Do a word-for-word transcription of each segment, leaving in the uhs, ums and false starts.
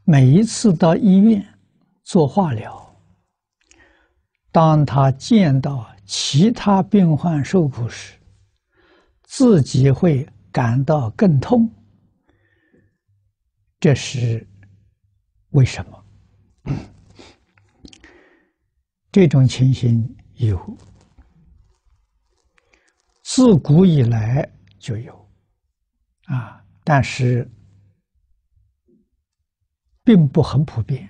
每一次到医院做化疗，当他见到其他病患受苦时，自己会感到更痛。这是为什么？这种情形有，自古以来就有，啊，但是并不很普遍，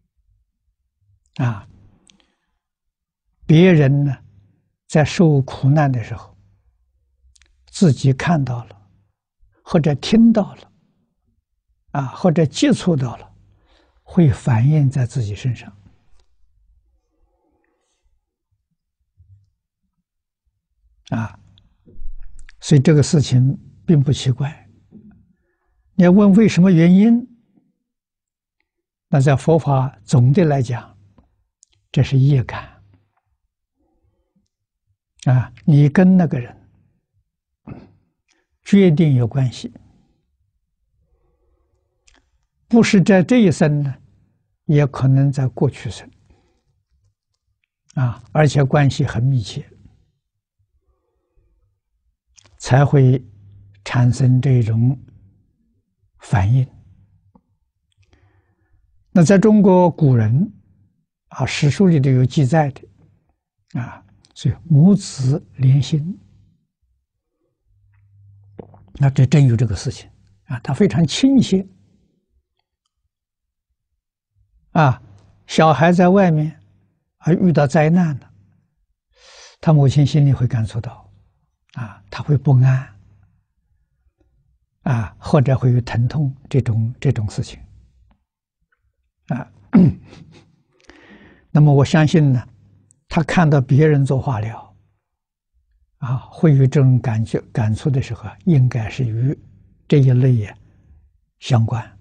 啊，别人呢，在受苦难的时候，自己看到了，或者听到了，啊，或者接触到了，会反映在自己身上。啊，所以这个事情并不奇怪。你要问为什么原因，那在佛法总的来讲，这是业感。啊，你跟那个人决定有关系，不是在这一生呢，也可能在过去生。啊，而且关系很密切，才会产生这种反应。那在中国古人啊，史书里都有记载的，啊，所以母子连心，那这真有这个事情啊，他非常亲切。啊，小孩在外面啊遇到灾难了，他母亲心里会感受到，啊，他会不安，啊，或者会有疼痛这种这种事情，啊，那么我相信呢，他看到别人做化疗，啊，会有这种感觉感触的时候，应该是与这一类也相关。